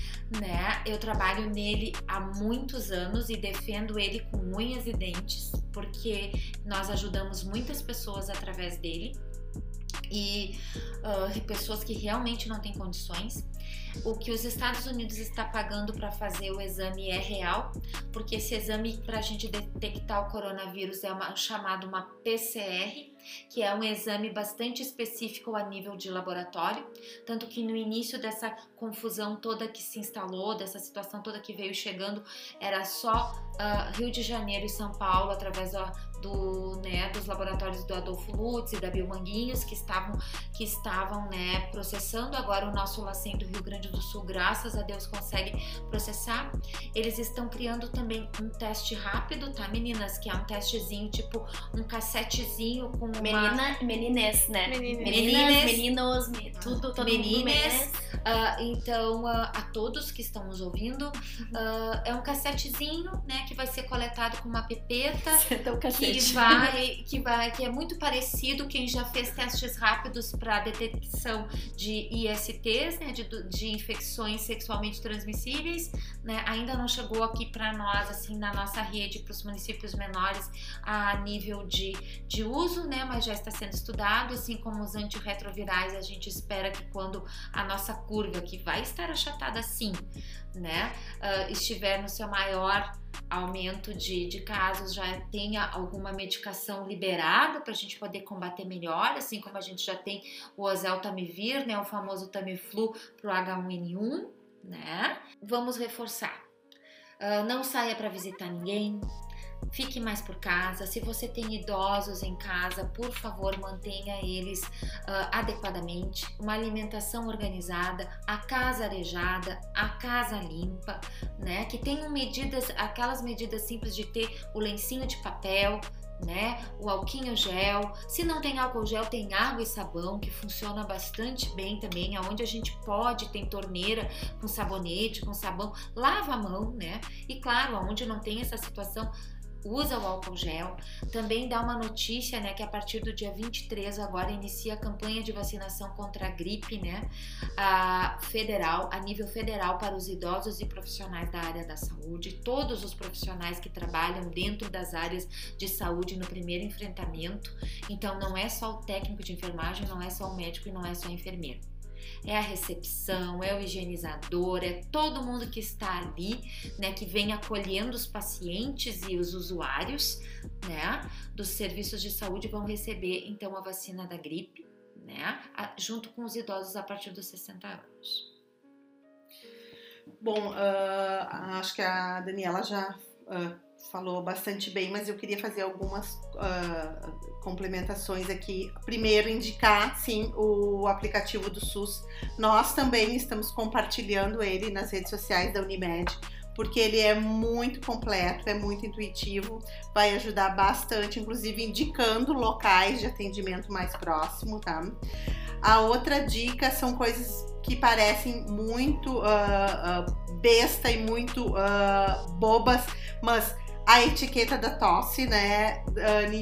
né? Eu trabalho nele há muitos anos e defendo ele com unhas e dentes, porque nós ajudamos muitas pessoas através dele. E uh, pessoas que realmente não têm condições. O que os Estados Unidos está pagando para fazer o exame é real, porque esse exame para a gente detectar o coronavírus é uma, chamado uma P C R, que é um exame bastante específico a nível de laboratório, tanto que no início dessa confusão toda que se instalou, dessa situação toda que veio chegando, era só uh, Rio de Janeiro e São Paulo, através do, do, né, dos laboratórios do Adolfo Lutz e da Biomanguinhos, que estavam, que estavam né, processando. Agora o nosso LACEN do Rio Grande do Sul, graças a Deus, consegue processar. Eles estão criando também um teste rápido, tá, meninas? Que é um testezinho, tipo um cassetezinho com uma... Menina, menines, né? Menines. Meninas, meninos, me- tudo, todo mundo Menines. menines. Ah, então, ah, a todos que estão nos ouvindo, ah, é um cassetezinho, né, que vai ser coletado com uma pipeta, Então, que vai, que vai, que é muito parecido. Quem já fez testes rápidos para detecção de I S Ts, né, de, de infecções sexualmente transmissíveis, né, ainda não chegou aqui para nós, assim, na nossa rede, para os municípios menores, a nível de, de uso, né, mas já está sendo estudado, assim como os antirretrovirais. A gente espera que quando a nossa curva, que vai estar achatada sim, né, uh, estiver no seu maior aumento de, de casos, já tenha alguma medicação liberada para a gente poder combater melhor, assim como a gente já tem o oseltamivir, né, o famoso Tamiflu para o H um N um, né. Vamos reforçar, uh, não saia para visitar ninguém, fique mais por casa. Se você tem idosos em casa, por favor, mantenha eles uh, adequadamente. Uma alimentação organizada, a casa arejada, a casa limpa, né? Que tenham medidas, aquelas medidas simples de ter o lencinho de papel, né? O alquinho gel. Se não tem álcool gel, tem água e sabão, que funciona bastante bem também. Aonde a gente pode, tem torneira com sabonete, com sabão, lava a mão, né? E claro, aonde não tem essa situação, usa o álcool gel. Também dá uma notícia, né, que a partir do dia vinte e três agora inicia a campanha de vacinação contra a gripe, né, a federal, a nível federal, para os idosos e profissionais da área da saúde, todos os profissionais que trabalham dentro das áreas de saúde no primeiro enfrentamento. Então não é só o técnico de enfermagem, não é só o médico e não é só o enfermeiro. É a recepção, é o higienizador, é todo mundo que está ali, né, que vem acolhendo os pacientes e os usuários, né, dos serviços de saúde, vão receber então a vacina da gripe, né, junto com os idosos a partir dos sessenta anos. Bom, uh, acho que a Daniela já uh, falou bastante bem, mas eu queria fazer algumas uh, complementações aqui. Primeiro, indicar, sim, o aplicativo do SUS. Nós também estamos compartilhando ele nas redes sociais da Unimed, porque ele é muito completo, é muito intuitivo, vai ajudar bastante, inclusive indicando locais de atendimento mais próximo, tá? A outra dica são coisas que parecem muito uh, uh, besta e muito uh, bobas, mas a etiqueta da tosse, né, Dani?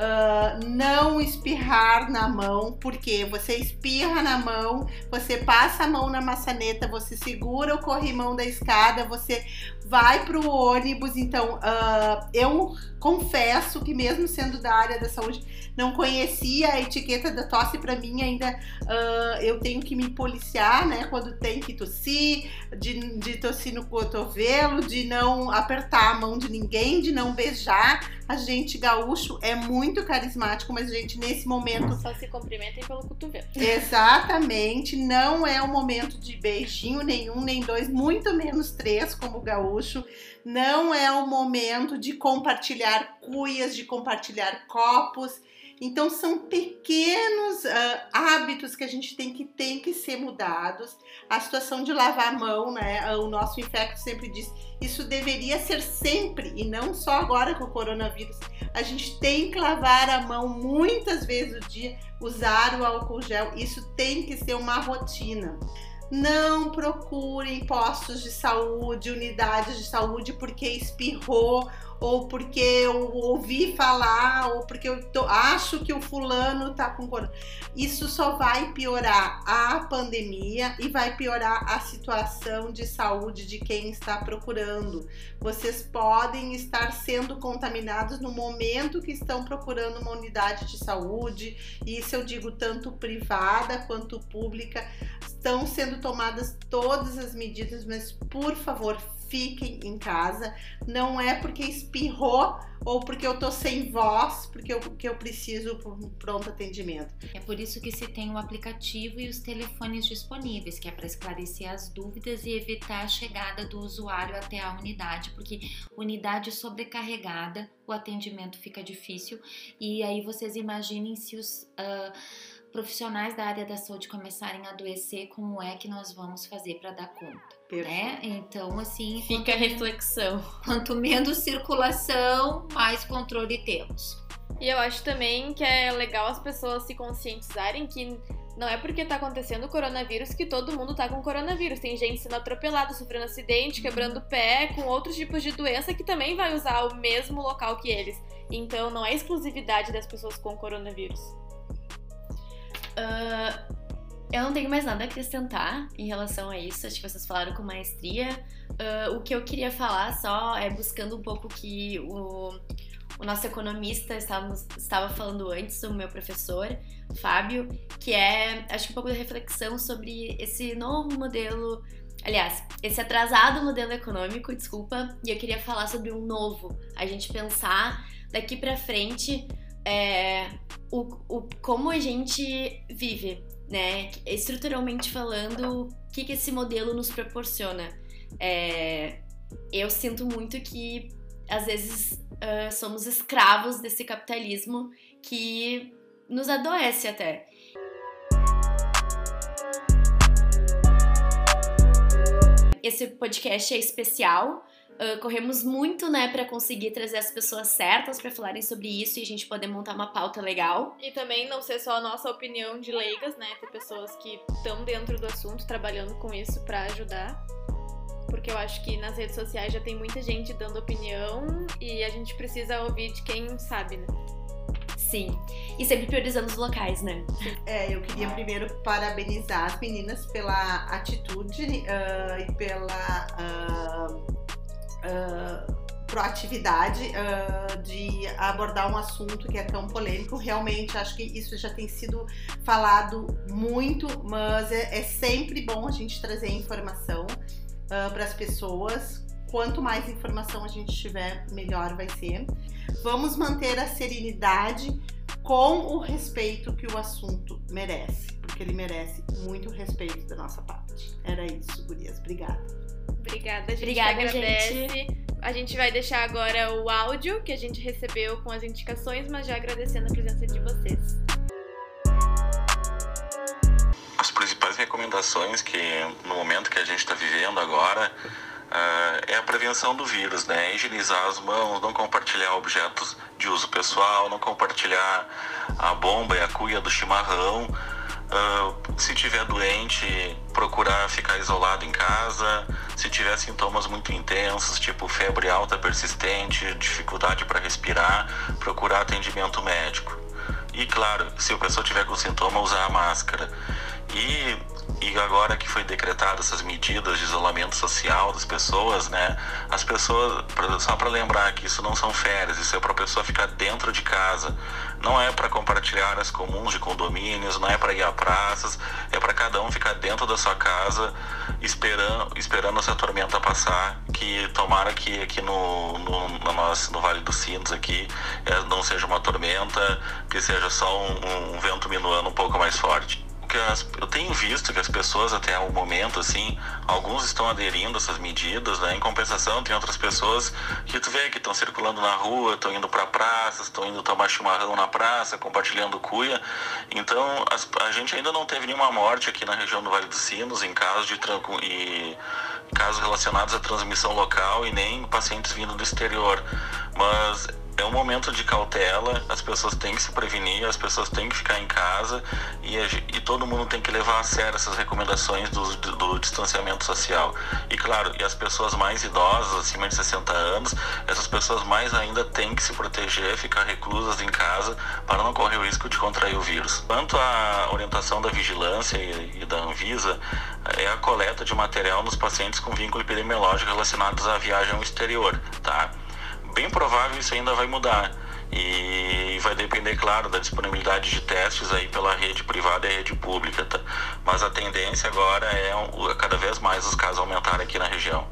Uh, não espirrar na mão, porque você espirra na mão, você passa a mão na maçaneta, você segura o corrimão da escada, você vai para o ônibus. Então, uh, eu confesso que mesmo sendo da área da saúde, não conhecia a etiqueta da tosse. Para mim ainda uh, eu tenho que me policiar, né, quando tem que tossir, de, de tossir no cotovelo, de não apertar a mão de ninguém, de não beijar. A gente gaúcho é muito carismático, mas a gente nesse momento... Só se cumprimentem pelo cotovelo. Exatamente, não é o momento de beijinho nenhum, nem dois, muito menos três, como gaúcho. Não é o momento de compartilhar cuias, de compartilhar copos. Então são pequenos uh, hábitos que a gente tem que, tem que ser mudados. A situação de lavar a mão, né? O nosso infecto sempre diz, isso deveria ser sempre e não só agora com o coronavírus. A gente tem que lavar a mão muitas vezes no dia, usar o álcool gel, isso tem que ser uma rotina. Não procurem postos de saúde, unidades de saúde porque espirrou, ou porque eu ouvi falar, ou porque eu tô, acho que o fulano tá com corona. Isso só vai piorar a pandemia e vai piorar a situação de saúde de quem está procurando. Vocês podem estar sendo contaminados no momento que estão procurando uma unidade de saúde, e isso eu digo tanto privada quanto pública. Estão sendo tomadas todas as medidas, mas por favor, fiquem em casa. Não é porque espirrou ou porque eu tô sem voz, porque eu, que eu preciso por um pronto atendimento. É por isso que se tem o aplicativo e os telefones disponíveis, que é para esclarecer as dúvidas e evitar a chegada do usuário até a unidade, porque unidade sobrecarregada, o atendimento fica difícil. E aí vocês imaginem se os... Uh, profissionais da área da saúde começarem a adoecer, como é que nós vamos fazer para dar conta, né? Então, assim... Fica a reflexão. Quanto menos circulação, mais controle temos. E eu acho também que é legal as pessoas se conscientizarem que não é porque tá acontecendo o coronavírus que todo mundo tá com coronavírus. Tem gente sendo atropelada, sofrendo acidente, quebrando o pé, com outros tipos de doença que também vai usar o mesmo local que eles. Então não é exclusividade das pessoas com coronavírus. Uh, eu não tenho mais nada a acrescentar em relação a isso. Acho que vocês falaram com maestria. Uh, o que eu queria falar só é buscando um pouco que o... O nosso economista estava, estava falando antes, o meu professor, Fábio, que é, acho que um pouco de reflexão sobre esse novo modelo, aliás, esse atrasado modelo econômico, desculpa, e eu queria falar sobre um novo, a gente pensar daqui pra frente é, o, o, como a gente vive, né, estruturalmente falando, o que, que esse modelo nos proporciona. É, eu sinto muito que, às vezes, Uh, somos escravos desse capitalismo que nos adoece até. Esse podcast é especial. Uh, corremos muito, né, para conseguir trazer as pessoas certas para falarem sobre isso e a gente poder montar uma pauta legal. E também não ser só a nossa opinião de leigas, né, ter pessoas que estão dentro do assunto, trabalhando com isso para ajudar. Porque eu acho que nas redes sociais já tem muita gente dando opinião e a gente precisa ouvir de quem sabe, né? Sim. E sempre priorizando os locais, né? É, eu queria primeiro parabenizar as meninas pela atitude uh, e pela uh, uh, proatividade uh, de abordar um assunto que é tão polêmico. Realmente, acho que isso já tem sido falado muito, mas é, é sempre bom a gente trazer informação Uh, para as pessoas. Quanto mais informação a gente tiver, melhor vai ser. Vamos manter a serenidade com o respeito que o assunto merece, porque ele merece muito respeito da nossa parte. Era isso, gurias. Obrigada. Obrigada, a gente Obrigada, agradece. gente. A gente vai deixar agora o áudio que a gente recebeu com as indicações, mas já agradecendo a presença de vocês. As principais recomendações que no momento que a gente está vivendo agora uh, é a prevenção do vírus, né? Higienizar as mãos, não compartilhar objetos de uso pessoal, não compartilhar a bomba e a cuia do chimarrão. Uh, se tiver doente, procurar ficar isolado em casa. Se tiver sintomas muito intensos, tipo febre alta persistente, dificuldade para respirar, procurar atendimento médico. E claro, se a pessoa tiver com sintoma, usar a máscara. E, e agora que foi decretado essas medidas de isolamento social das pessoas, né? As pessoas, só para lembrar que isso não são férias, isso é para a pessoa ficar dentro de casa. Não é para compartilhar áreas comuns de condomínios, não é para ir a praças, é para cada um ficar dentro da sua casa, esperando, esperando essa tormenta passar, que tomara que aqui no, no, no, nosso, no Vale dos Sinos aqui é, não seja uma tormenta, que seja só um, um vento minuano um pouco mais forte. Que as, eu tenho visto que as pessoas até o momento, assim, alguns estão aderindo a essas medidas, né? Em compensação, tem outras pessoas que tu vê que estão circulando na rua, estão indo para praças, estão indo tomar chimarrão na praça, compartilhando cuia. Então, as, a gente ainda não teve nenhuma morte aqui na região do Vale dos Sinos em casos, de, e, casos relacionados à transmissão local e nem pacientes vindo do exterior. Mas é um momento de cautela, as pessoas têm que se prevenir, as pessoas têm que ficar em casa e, e todo mundo tem que levar a sério essas recomendações do, do, do distanciamento social. E claro, e as pessoas mais idosas, acima de sessenta anos, essas pessoas mais ainda têm que se proteger, ficar reclusas em casa para não correr o risco de contrair o vírus. Quanto à orientação da vigilância e, e da Anvisa, é a coleta de material nos pacientes com vínculo epidemiológico relacionados à viagem ao exterior, tá? Bem provável isso ainda vai mudar e vai depender, claro, da disponibilidade de testes aí pela rede privada e rede pública, tá? Mas a tendência agora é cada vez mais os casos aumentarem aqui na região.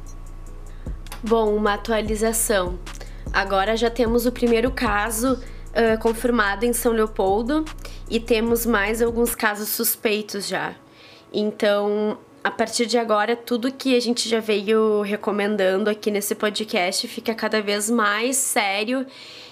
Bom, uma atualização. Agora já temos o primeiro caso uh, confirmado em São Leopoldo e temos mais alguns casos suspeitos já. Então, a partir de agora, tudo que a gente já veio recomendando aqui nesse podcast fica cada vez mais sério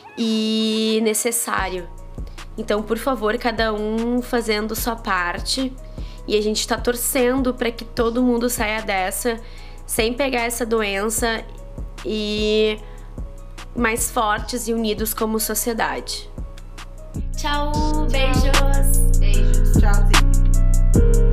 e necessário. Então, por favor, cada um fazendo sua parte. E a gente tá torcendo para que todo mundo saia dessa sem pegar essa doença e mais fortes e unidos como sociedade. Tchau, Tchau. beijos! Beijos. Tchauzinho.